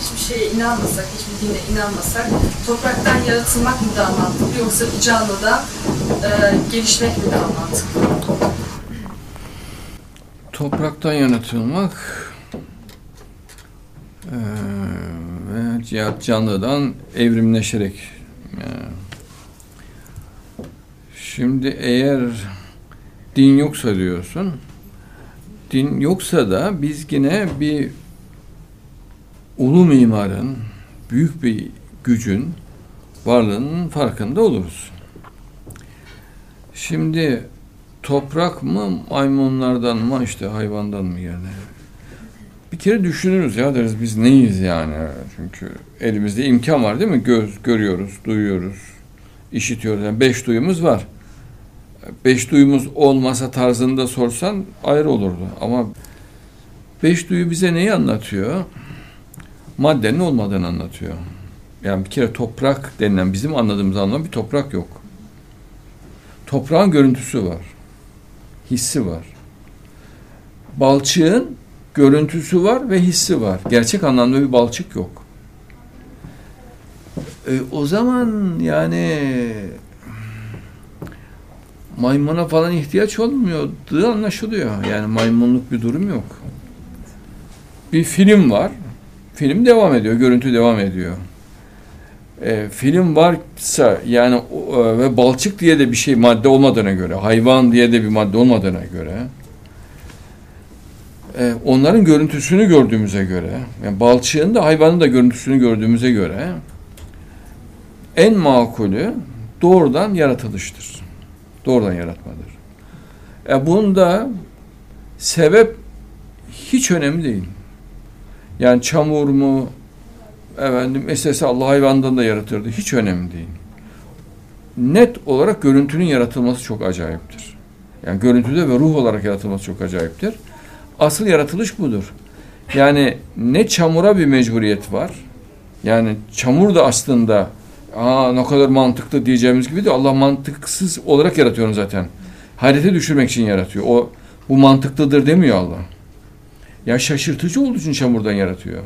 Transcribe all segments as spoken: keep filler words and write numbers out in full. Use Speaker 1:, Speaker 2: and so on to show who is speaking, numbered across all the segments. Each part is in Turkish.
Speaker 1: hiçbir şeye inanmasak, hiçbir dine inanmasak topraktan yaratılmak mı daha mantıklı yoksa bir canlıdan e, gelişmek mi daha mantıklı?
Speaker 2: Topraktan yaratılmak e, ve canlıdan evrimleşerek. Yani, şimdi eğer din yoksa diyorsun, din yoksa da biz yine bir ulu mimarın, büyük bir gücün varlığının farkında oluruz. Şimdi toprak mı, maymunlardan mı, işte hayvandan mı yani? Bir kere düşünürüz ya, deriz biz neyiz yani? Çünkü elimizde imkan var değil mi? Göz görüyoruz, duyuyoruz, işitiyoruz. Yani beş duyumuz var. Beş duyumuz olmasa tarzında sorsan ayrı olurdu. Ama beş duyu bize neyi anlatıyor? Maddenin olmadığını anlatıyor. Yani bir kere toprak denilen, bizim anladığımız anlamda bir toprak yok. Toprağın görüntüsü var. Hissi var. Balçığın görüntüsü var ve hissi var. Gerçek anlamda bir balçık yok. E, o zaman yani maymuna falan ihtiyaç olmuyordu anlaşılıyor. Yani maymunluk bir durum yok. Bir film var. Film devam ediyor. Görüntü devam ediyor. E, film varsa yani e, ve balçık diye de bir şey madde olmadığına göre, hayvan diye de bir madde olmadığına göre, e, onların görüntüsünü gördüğümüze göre, yani balçığın da hayvanın da görüntüsünü gördüğümüze göre en makulü doğrudan yaratılıştır. Doğrudan yaratmadır. E, bunda sebep hiç önemli değil. Yani çamur mu, efendim esası Allah hayvandan da yaratırdı. Hiç önemli değil. Net olarak görüntünün yaratılması çok acayiptir. Yani görüntüde ve ruh olarak yaratılması çok acayiptir. Asıl yaratılış budur. Yani ne çamura bir mecburiyet var. Yani çamur da aslında aa ne kadar mantıklı diyeceğimiz gibi de Allah mantıksız olarak yaratıyor onu zaten. Hayrete düşürmek için yaratıyor. O bu mantıklıdır demiyor Allah. Ya şaşırtıcı olduğu için çamurdan yaratıyor.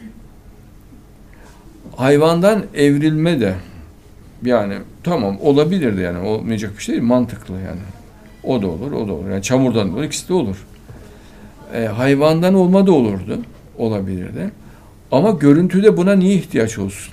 Speaker 2: Hayvandan evrilme de yani tamam olabilirdi yani olmayacak bir şey değil, mantıklı yani. O da olur, o da olur. Yani çamurdan da olur, ikisi de olur. E, hayvandan olma da olurdu, olabilirdi. Ama görüntüde buna niye ihtiyaç olsun?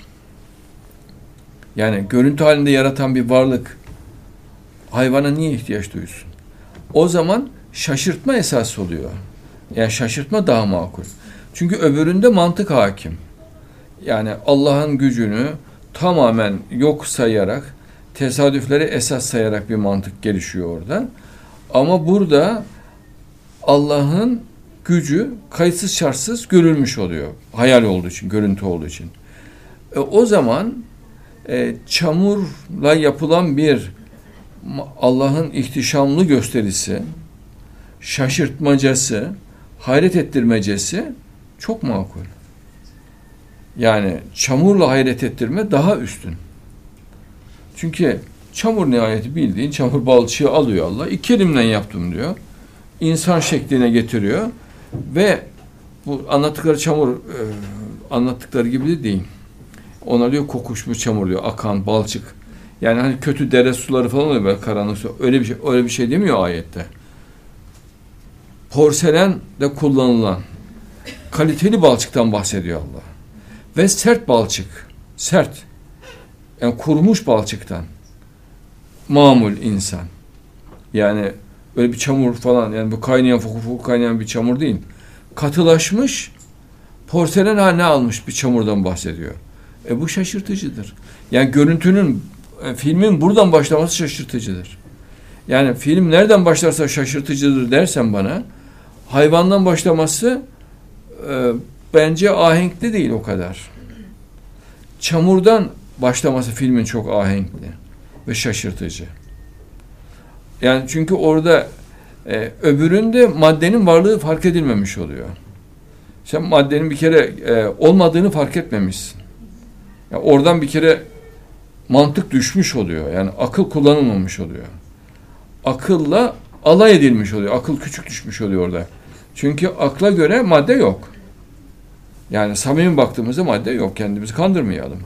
Speaker 2: Yani görüntü halinde yaratan bir varlık hayvana niye ihtiyaç duysun? O zaman şaşırtma esas oluyor. Yani şaşırtma daha makul. Çünkü öbüründe mantık hakim. Yani Allah'ın gücünü tamamen yok sayarak, tesadüfleri esas sayarak bir mantık gelişiyor orada. Ama burada Allah'ın gücü kayıtsız şartsız görülmüş oluyor. Hayal olduğu için, görüntü olduğu için. E, o zaman e, çamurla yapılan bir Allah'ın ihtişamlı gösterisi, şaşırtmacası, hayret ettirmecesi çok makul. Yani çamurla hayret ettirme daha üstün. Çünkü çamur nihayeti bildiğin çamur balçığı alıyor Allah. İki elimle yaptım diyor. İnsan şekline getiriyor ve bu anlattıkları çamur e, anlattıkları gibi de değil. Ona diyor kokuşmuş çamur diyor. Akan, balçık. Yani hani kötü dere suları falan oluyor böyle karanlık su. Öyle bir şey, öyle bir şey demiyor ayette. Porselen de kullanılan kaliteli balçıktan bahsediyor Allah. Ve sert balçık. Sert. Yani kurumuş balçıktan. Mamul insan. Yani öyle bir çamur falan yani bu kaynayan fokur fokur kaynayan bir çamur değil. Katılaşmış porselen haline almış bir çamurdan bahsediyor. E bu şaşırtıcıdır. Yani görüntünün e, filmin buradan başlaması şaşırtıcıdır. Yani film nereden başlarsa şaşırtıcıdır dersen bana hayvandan başlaması e, bence ahenkli değil o kadar. Çamurdan başlaması filmin çok ahenkli ve şaşırtıcı. Yani çünkü orada e, öbüründe maddenin varlığı fark edilmemiş oluyor. Sen maddenin bir kere e, olmadığını fark etmemişsin. Yani oradan bir kere mantık düşmüş oluyor. Yani akıl kullanılmamış oluyor. Akılla alay edilmiş oluyor. Akıl küçük düşmüş oluyor orada. Çünkü akla göre madde yok. Yani samimi baktığımızda madde yok. Kendimizi kandırmayalım.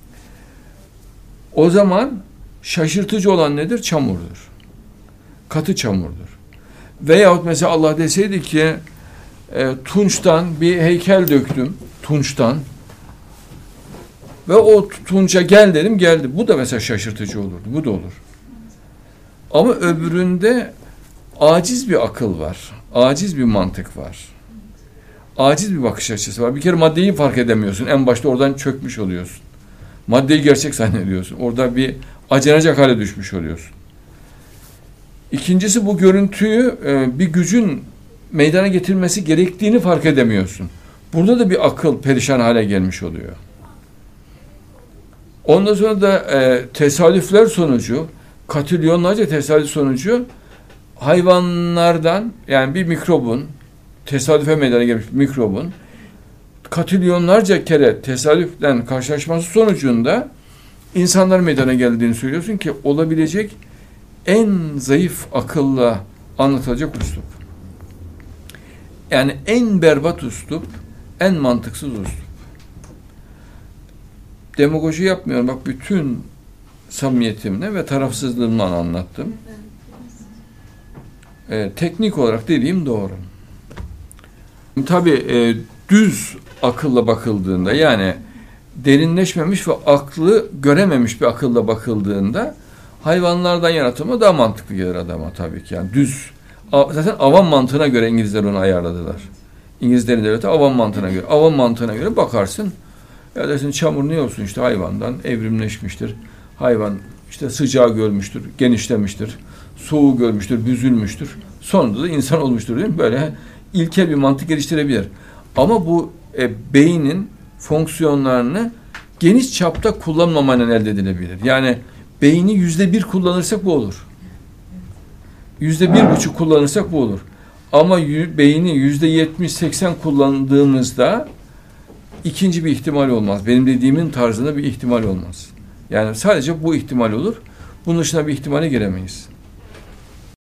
Speaker 2: O zaman şaşırtıcı olan nedir? Çamurdur. Katı çamurdur. Veyahut mesela Allah deseydi ki e, tunçtan bir heykel döktüm. Tunçtan. Ve o tunca gel dedim, geldi. Bu da mesela şaşırtıcı olurdu. Bu da olur. Ama öbüründe aciz bir akıl var. Aciz bir mantık var. Aciz bir bakış açısı var. Bir kere maddeyi fark edemiyorsun. En başta oradan çökmüş oluyorsun. Maddeyi gerçek zannediyorsun. Orada bir acenacak hale düşmüş oluyorsun. İkincisi, bu görüntüyü e, bir gücün meydana getirmesi gerektiğini fark edemiyorsun. Burada da bir akıl perişan hale gelmiş oluyor. Ondan sonra da e, tesadüfler sonucu, katrilyonlarca tesadüf sonucu hayvanlardan, yani bir mikrobun, tesadüfe meydana gelmiş bir mikrobun katrilyonlarca kere tesadüften karşılaşması sonucunda insanlar meydana geldiğini söylüyorsun ki olabilecek en zayıf akılla anlatılacak üslup. Yani en berbat üslup, en mantıksız üslup. Demagoji yapmıyorum. Bak, bütün samimiyetimle ve tarafsızlığımla anlattım. Ee, teknik olarak dediğim doğru. Tabii e, düz akılla bakıldığında, yani derinleşmemiş ve aklı görememiş bir akılla bakıldığında hayvanlardan yaratılma daha mantıklı gelir adama tabii ki. Yani düz, zaten avam mantığına göre İngilizler onu ayarladılar. İngilizlerin devleti avam mantığına göre. Avam mantığına göre bakarsın, ya dersin çamur ne olsun, işte hayvandan evrimleşmiştir. Hayvan işte sıcağı görmüştür, genişlemiştir. Soğuğu görmüştür, büzülmüştür. Sonunda da insan olmuştur, değil mi? Böyle ilkel bir mantık geliştirebilir. Ama bu e, beynin fonksiyonlarını geniş çapta kullanmamanın elde edilebilir. Yani beyni yüzde bir kullanırsak bu olur. Yüzde bir buçuk kullanırsak bu olur. Ama y- beyni yüzde yetmiş seksen kullandığımızda ikinci bir ihtimal olmaz. Benim dediğimin tarzında bir ihtimal olmaz. Yani sadece bu ihtimal olur. Bunun dışında bir ihtimale giremeyiz.